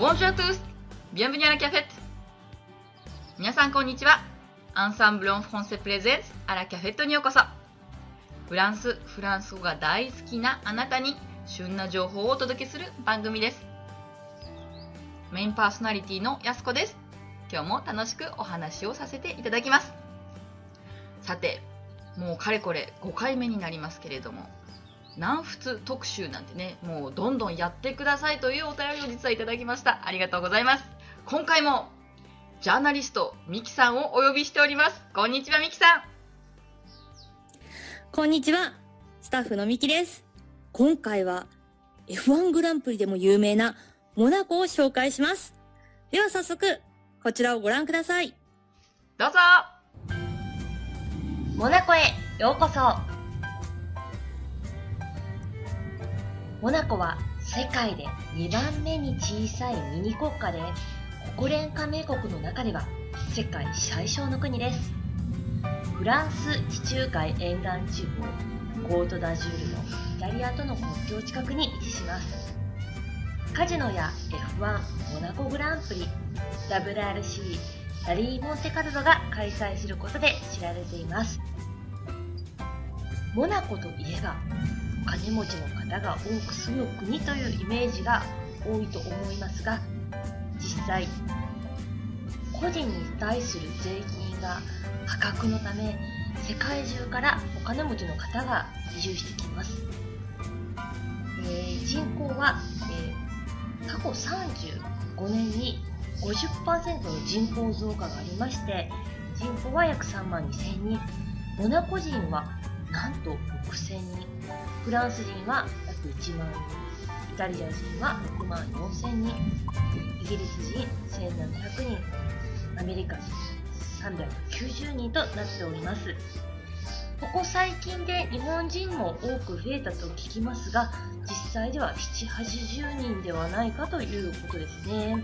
Bonjour à tous! Bienvenue à la cafette! 皆さんこんにちは。アンサンブル・オン・フランセ・プレゼンツ・アラ・カフェットにようこそ。フランス語が大好きなあなたに旬な情報をお届けする番組です。メインパーソナリティのやすこです。今日も楽しくお話をさせていただきます。さて、もうかれこれ5回目になりますけれども、南仏特集なんてね、もうどんどんやってくださいというお便りを実はいただきました。ありがとうございます。今回もジャーナリストミキさんをお呼びしております。こんにちは、ミキさん。 こんにちは、スタッフのミキです。今回は F1 グランプリでも有名なモナコを紹介します。では早速こちらをご覧ください。 どうぞ。 モナコへようこそ。モナコは世界で2番目に小さいミニ国家で、国連加盟国の中では世界最小の国です。フランス地中海沿岸地方コートダジュールのイタリアとの国境近くに位置します。カジノや F1 モナコグランプリ、WRC ラリーモンテカルロが開催することで知られています。モナコといえばお金持ちの方が多く住む国というイメージが多いと思いますが、実際個人に対する税金が破格のため、世界中からお金持ちの方が移住してきます。人口は、過去35年に 50% の人口増加がありまして、人口は約3万2000人、モナコ人はなんと6000人、フランス人は約1万人、イタリア人は6万4000人、イギリス人1700人、アメリカ人390人となっております。ここ最近で日本人も多く増えたと聞きますが、実際では7、80人ではないかということですね。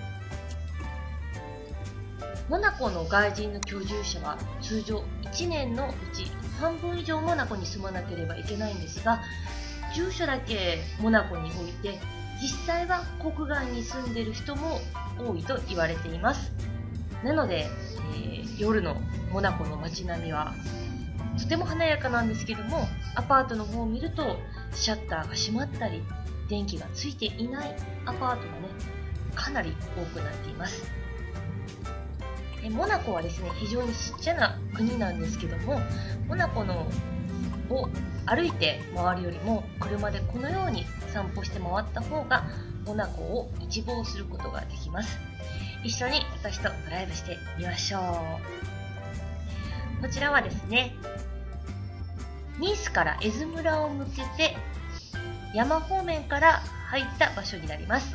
モナコの外人の居住者は通常1年のうち半分以上モナコに住まなければいけないんですが、住所だけモナコに置いて、実際は国外に住んでいる人も多いと言われています。なので、夜のモナコの街並みはとても華やかなんですけども、アパートの方を見るとシャッターが閉まったり電気がついていないアパートがね、かなり多くなっています。モナコはですね、非常にちっちゃな国なんですけども、モナコのを歩いて回るよりも車でこのように散歩して回った方がモナコを一望することができます。一緒に私とドライブしてみましょう。こちらはですね、ニースからエズ村を向けて山方面から入った場所になります。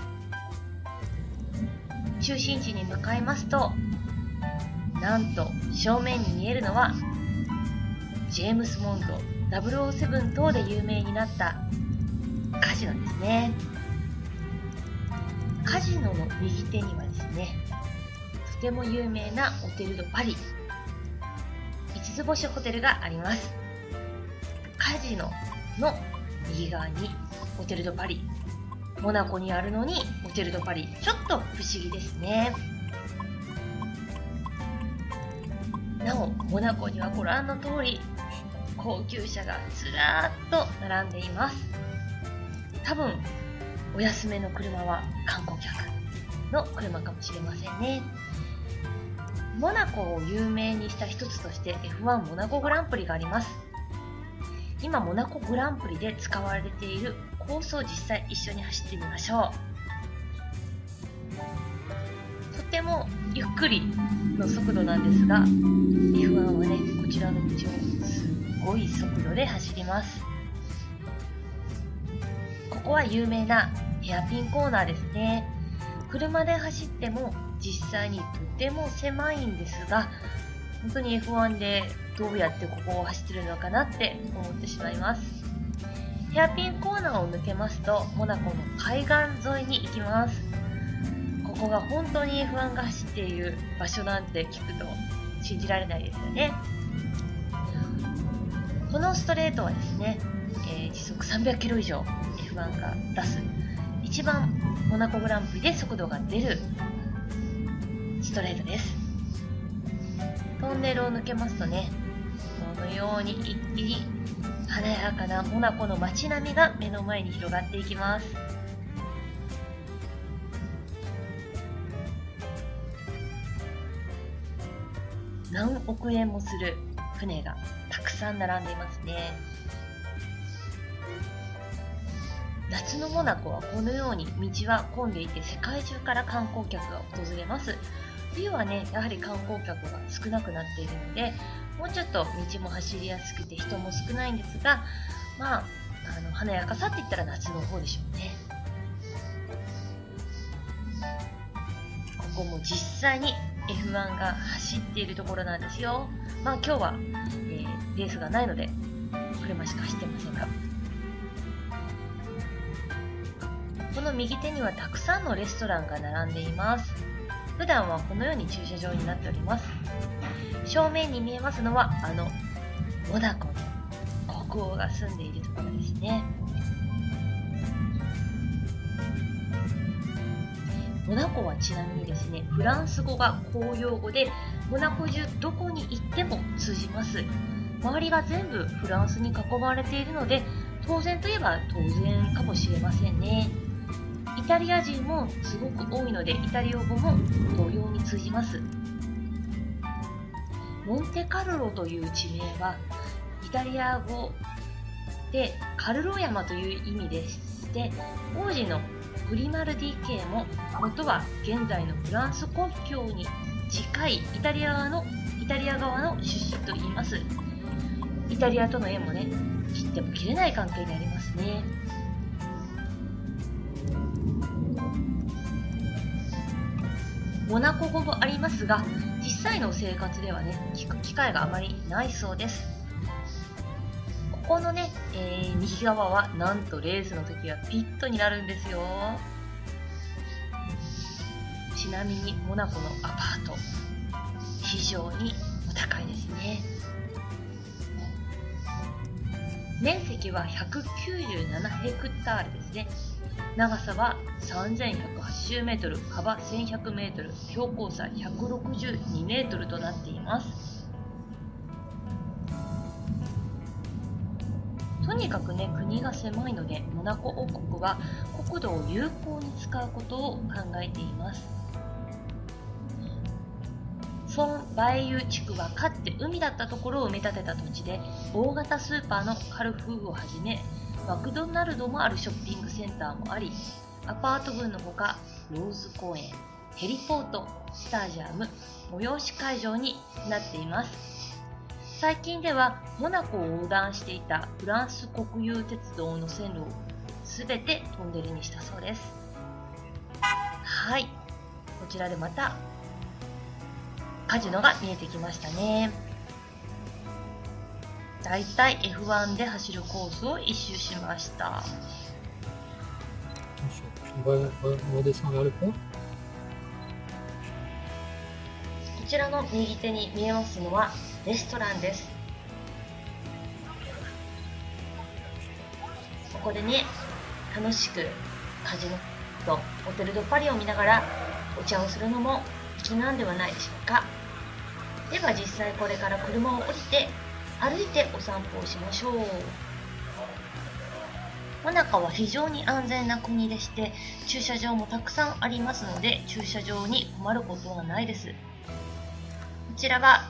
中心地に向かいますと、なんと正面に見えるのはジェームス・ボンド007等で有名になったカジノですね。カジノの右手にはですね、とても有名なホテル・ド・パリ、5つ星ホテルがあります。カジノの右側にホテル・ド・パリ、モナコにあるのにホテル・ド・パリ、ちょっと不思議ですね。なお、モナコにはご覧の通り高級車がずらーっと並んでいます。多分お安めの車は観光客の車かもしれませんね。モナコを有名にした一つとして F1 モナコグランプリがあります。今モナコグランプリで使われているコースを実際一緒に走ってみましょう。とてもゆっくりの速度なんですが、 F1 はね、こちらの道をすごい速度で走ります。ここは有名なヘアピンコーナーですね。車で走っても実際にとても狭いんですが、本当に F1 でどうやってここを走ってるのかなって思ってしまいます。ヘアピンコーナーを抜けますとモナコの海岸沿いに行きます。ここが本当に F1 が走っている場所なんて聞くと信じられないですよね。このストレートはですね、時速300キロ以上 F1 が出す一番モナコグランプリで速度が出るストレートです。トンネルを抜けますとね、このように一気に華やかなモナコの街並みが目の前に広がっていきます。何億円もする船がたくさん並んでいますね。夏のモナコはこのように道は混んでいて、世界中から観光客が訪れます。冬はね、やはり観光客が少なくなっているので、もうちょっと道も走りやすくて人も少ないんですが、華やかさって言ったら夏の方でしょうね。ここも実際に F1 が走っているところなんですよ。今日は、レースがないので車しか走ってませんが、この右手にはたくさんのレストランが並んでいます。普段はこのように駐車場になっております。正面に見えますのはモナコの国王が住んでいるところですね。モナコはちなみにですね、フランス語が公用語で、モナコ中どこに行っても通じます。周りが全部フランスに囲まれているので、当然といえば当然かもしれませんね。イタリア人もすごく多いので、イタリア語も同様に通じます。モンテカルロという地名はイタリア語でカルロ山という意味でして、王子のグリマルディ家も元は現在のフランス国境に近いイタリア側の出身といいます。イタリアとの縁もね、切っても切れない関係にありますね。モナコ語もありますが、実際の生活ではね、聞く機会があまりないそうです。ここのね、右側はなんとレースの時はピットになるんですよ。ちなみにモナコのアパート、非常にお高いですね。面積は197ヘクタールですね。長さは3180メートル、幅1100メートル、標高差162メートルとなっています。とにかくね、国が狭いので、モナコ王国は国土を有効に使うことを考えています。フォン・バイユ地区はかつて海だったところを埋め立てた土地で、大型スーパーのカルフーをはじめ、マクドナルドもあるショッピングセンターもあり、アパート群のほかローズ公園、ヘリポート、スタジアム、催し会場になっています。最近ではモナコを横断していたフランス国有鉄道の線路をすべてトンネルにしたそうです。はい、こちらでまたカジノが見えてきましたね。だいたい F1 で走るコースを一周しました。こちらの右手に見えますのはレストランです。ここでね、楽しくカジノとホテル・ド・パリを見ながらお茶をするのも粋なんではないでしょうか。では実際これから車を降りて歩いてお散歩をしましょう。モナコは非常に安全な国でして、駐車場もたくさんありますので、駐車場に困ることはないです。こちらは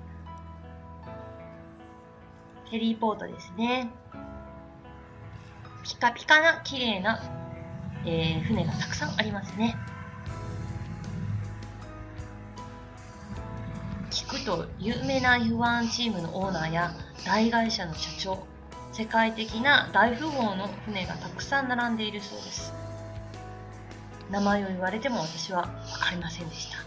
ヘリーポートですね。ピカピカな綺麗な、船がたくさんありますね。聞くと有名な F1 チームのオーナーや大会社の社長、世界的な大富豪の船がたくさん並んでいるそうです。名前を言われても私は分かりませんでした。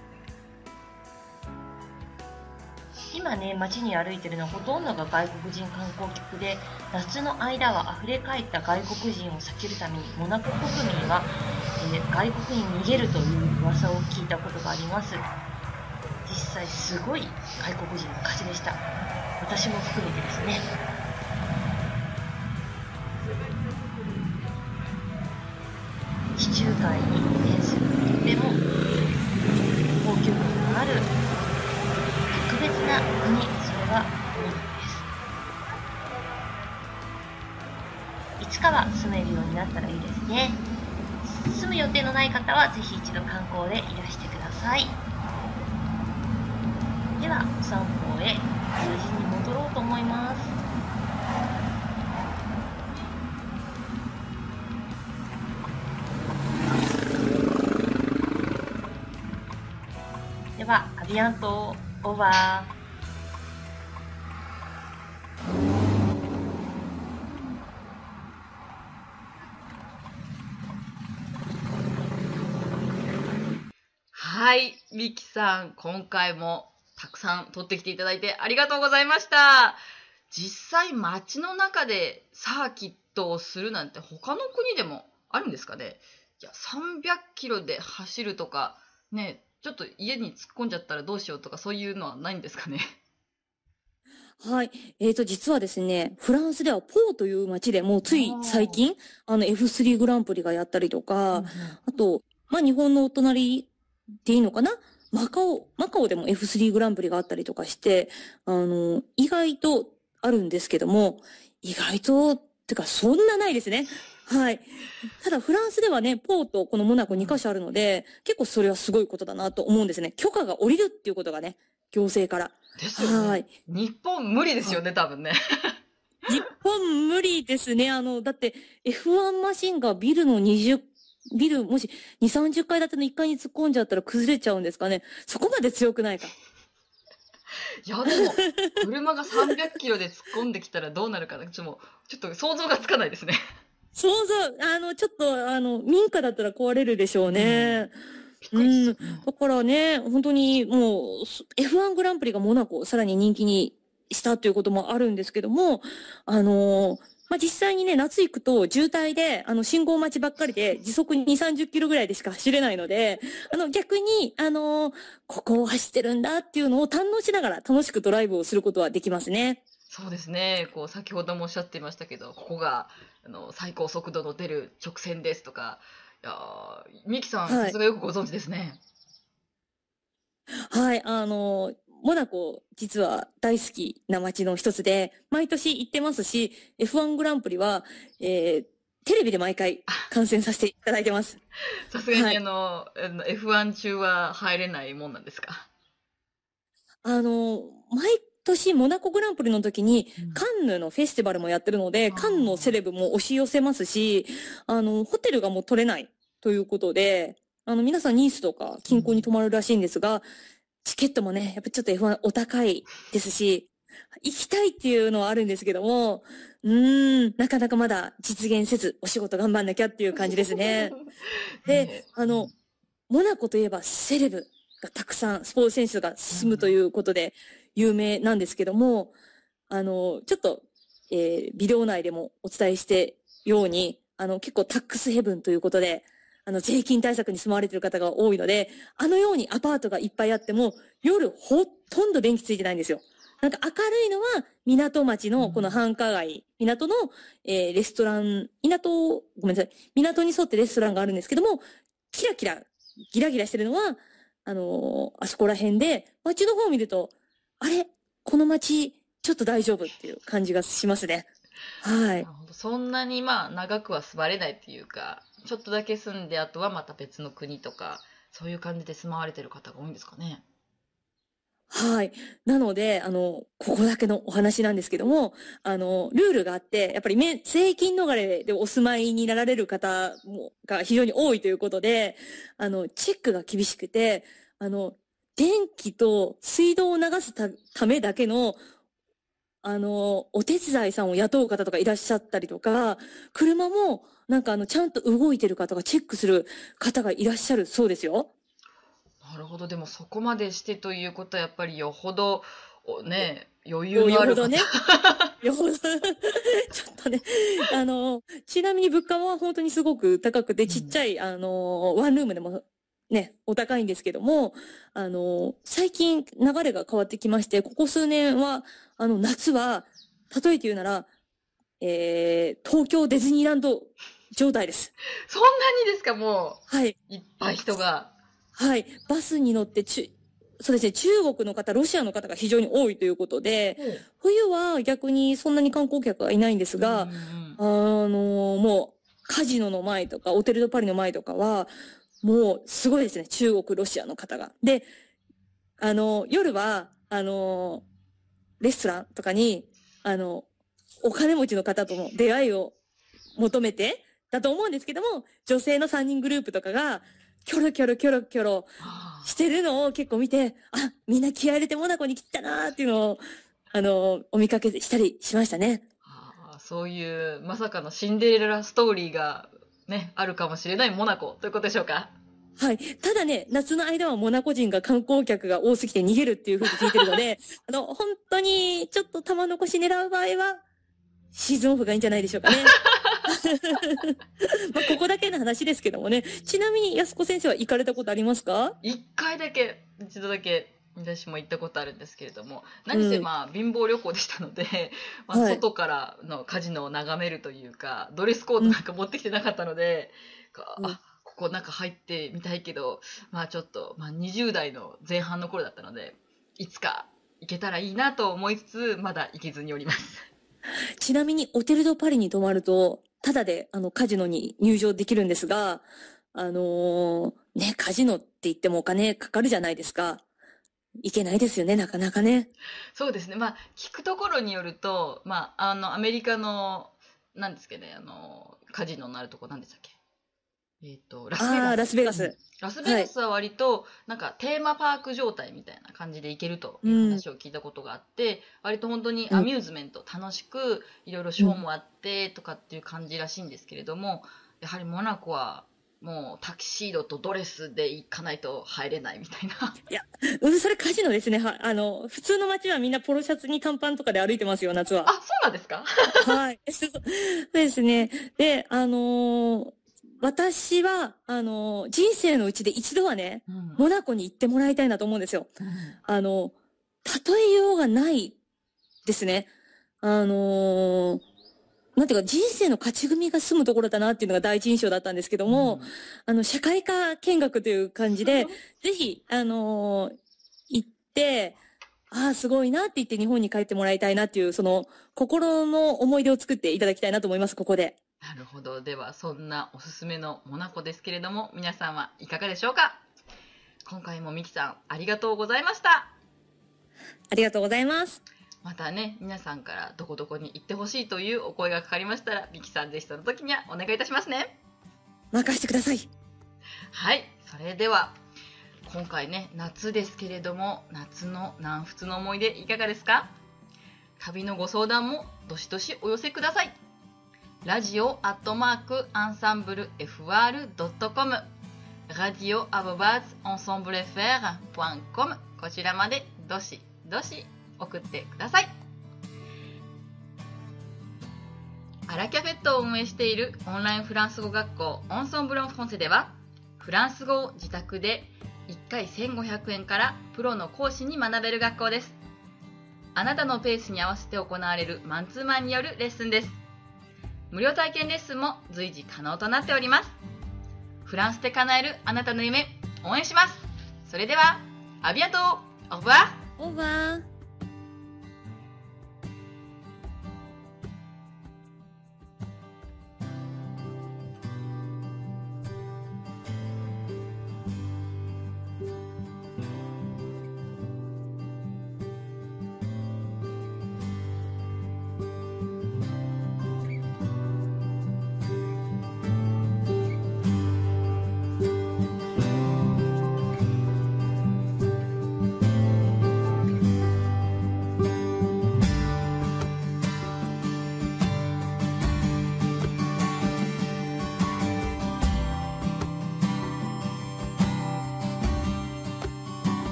今ね、街に歩いてるのはほとんどが外国人観光客で、夏の間は溢れ返った外国人を避けるためにモナコ国民は、外国に逃げるという噂を聞いたことがあります。実際すごい外国人の数でした。私も含めてですね。地中海いつかは住めるようになったらいいですね。住む予定のない方はぜひ一度観光でいらしてください。ではお散歩へ無事に戻ろうと思います。ではアビアントオーバー。 はい、ミキさん、今回もたくさん撮ってきていただいてありがとうございました。実際街の中でサーキットをするなんて他の国でもあるんですかね。いや、300キロで走るとか、ね、ちょっと家に突っ込んじゃったらどうしようとかそういうのはないんですかね。 はい。実はですね、フランスではポーという街でもうつい最近、F3 グランプリがやったりとか、あと、日本のお隣でいいのかな、マカオでも F3 グランプリがあったりとかして、意外とあるんですけども、意外と、ってかそんなないですね。はい。ただフランスではね、ポーとこのモナコ2カ所あるので、結構それはすごいことだなと思うんですね。許可が下りるっていうことがね、行政から。 ですよね。 はい。 日本無理ですよね、多分ね。 日本無理ですね。だって F1 マシンがビルもし2、30階建ての1階に突っ込んじゃったら崩れちゃうんですかね。そこまで強くないか。 いや、でも、車が300キロで突っ込んできたらどうなるかな。ちょっと想像がつかないですね。 ちょっと、民家だったら壊れるでしょうね。だからね、本当にもう、F1 グランプリがモナコ、さらに人気にしたということもあるんですけども、実際にね、夏行くと渋滞で、信号待ちばっかりで、時速2、30キロぐらいでしか走れないので、逆に、ここを走ってるんだっていうのを堪能しながら楽しくドライブをすることはできますね。 そうですね。先ほどもおっしゃっていましたけど、ここが、最高速度の出る直線ですとか、いやミキさん、さすがよくご存知ですね。 はい、モナコ、実は大好きな街の一つで、毎年行ってますし、F1 グランプリは、テレビで毎回観戦させていただいてます。 さすがに、F1 中は入れないもんなんですか？ 毎年モナコグランプリの時に、カンヌのフェスティバルもやってるので、カンヌのセレブも押し寄せますし、ホテルがもう取れないということで、皆さんニースとか近郊に泊まるらしいんですが、チケットもね、やっぱちょっと F1 お高いですし、行きたいっていうのはあるんですけども、なかなかまだ実現せず、お仕事頑張んなきゃっていう感じですね。で、モナコといえばセレブがたくさん、スポーツ選手が住むということで有名なんですけども、ちょっと、ビデオ内でもお伝えしてように、結構タックスヘブンということで、税金対策に住まわれている方が多いので、ようにアパートがいっぱいあっても、夜ほとんど電気ついてないんですよ。なんか明るいのは港町のこの繁華街、港の、レストラン、ごめんなさい、港に沿ってレストランがあるんですけども、キラキラ、ギラギラしてるのは、あそこら辺で、街の方を見ると、あれこの街、ちょっと大丈夫っていう感じがしますね。はい。 そんなに長くは住まれないっていうか、ちょっとだけ住んで、あとはまた別の国とか、そういう感じで住まわれてる方が多いんですかね。 はい。なので、ここだけのお話なんですけども、ルールがあって、やっぱり税金逃れでお住まいになられる方が非常に多いということで、チェックが厳しくて、電気と水道を流すためだけの、お手伝いさんを雇う方とかいらっしゃったりとか、車も、なんかちゃんと動いてるかとかチェックする方がいらっしゃるそうですよ。 なるほど。でもそこまでしてということはやっぱりよほどね、余裕のある方。 よほどね。よほど。ちょっとね、ちなみに物価は本当にすごく高くて、ちっちゃい、ワンルームでもね、お高いんですけども、最近流れが変わってきまして、ここ数年は、夏は、例えて言うなら、東京ディズニーランド状態です。 そんなにですか、もう。 はい。 いっぱい人が。 はい。バスに乗ってそうですね、中国の方、ロシアの方が非常に多いということで、冬は逆にそんなに観光客はいないんですが、 もう、カジノの前とか、オテル・ド・パリの前とかは、もう、すごいですね。中国、ロシアの方が。で、夜は、レストランとかに、お金持ちの方との出会いを求めて、だと思うんですけども、女性の3人グループとかが、キョロキョロキョロキョロしてるのを結構見て、あ、みんな気合入れてモナコに来たなーっていうのを、お見かけしたりしましたね。 そういうまさかのシンデレラストーリーがね、あるかもしれないモナコということでしょうか。 はい。ただね、夏の間はモナコ人が観光客が多すぎて逃げるっていうふうに聞いてるので、本当にちょっと玉残し狙う場合は、シーズンオフがいいんじゃないでしょうかね。まあここだけの話ですけどもね。ちなみに安子先生は行かれたことありますか？ 一度だけ私も行ったことあるんですけれども、何せまあ貧乏旅行でしたので、まあ、外からのカジノを眺めるというか、ドレスコードなんか持ってきてなかったので、あ、ここ中入ってみたいけど、まあちょっと、まあ20代の前半の頃だったので、いつか行けたらいいなと思いつつ、まだ行けずにおります。 ちなみに、オテル・ド・パリに泊まると、タダで、カジノに入場できるんですが、ね、カジノって言ってもお金かかるじゃないですか。いけないですよね、なかなかね。 そうですね。まあ、聞くところによると、まあ、アメリカの、なんですけどね、カジノのあるとこなんでしたっけ？ラスベガス。 ラスベガス。 ラスベガスは割と、なんかテーマパーク状態みたいな感じで行けるという話を聞いたことがあって、割と本当にアミューズメント、楽しく、いろいろショーもあってとかっていう感じらしいんですけれども、やはりモナコは、もうタキシードとドレスで行かないと入れないみたいな。 いや、それカジノですね。普通の街はみんなポロシャツに短パンとかで歩いてますよ、夏は。 あ、そうなんですか？ はい。そうですね。で、私は、人生のうちで一度はね、モナコに行ってもらいたいなと思うんですよ。例えようがないですね。なんていうか、人生の勝ち組が住むところだなっていうのが第一印象だったんですけども、社会科見学という感じで、ぜひ、行って、ああ、すごいなって言って日本に帰ってもらいたいなっていう、その、心の思い出を作っていただきたいなと思います、ここで。 なるほど。では、そんなおすすめのモナコですけれども、皆さんはいかがでしょうか？今回もミキさん、ありがとうございました。 ありがとうございます。 またね、皆さんからどこどこに行ってほしいというお声がかかりましたら、ミキさんぜひその時にはお願いいたしますね。 任せてください。 はい。それでは、今回ね、夏ですけれども、夏の南仏の思い出いかがですか？旅のご相談もどしどしお寄せください。radio@ensemblefr.com radio@ensemblefr.com こちらまでどしどし送ってください。アラキャフェットを運営しているオンラインフランス語学校オンソンブロンフランセでは、フランス語を自宅で1回1500円からプロの講師に学べる学校です。あなたのペースに合わせて行われるマンツーマンによるレッスンです。無料体験レッスンも随時可能となっております。フランスで叶えるあなたの夢、応援します。それでは、アビアント、オーバー。 オーバー。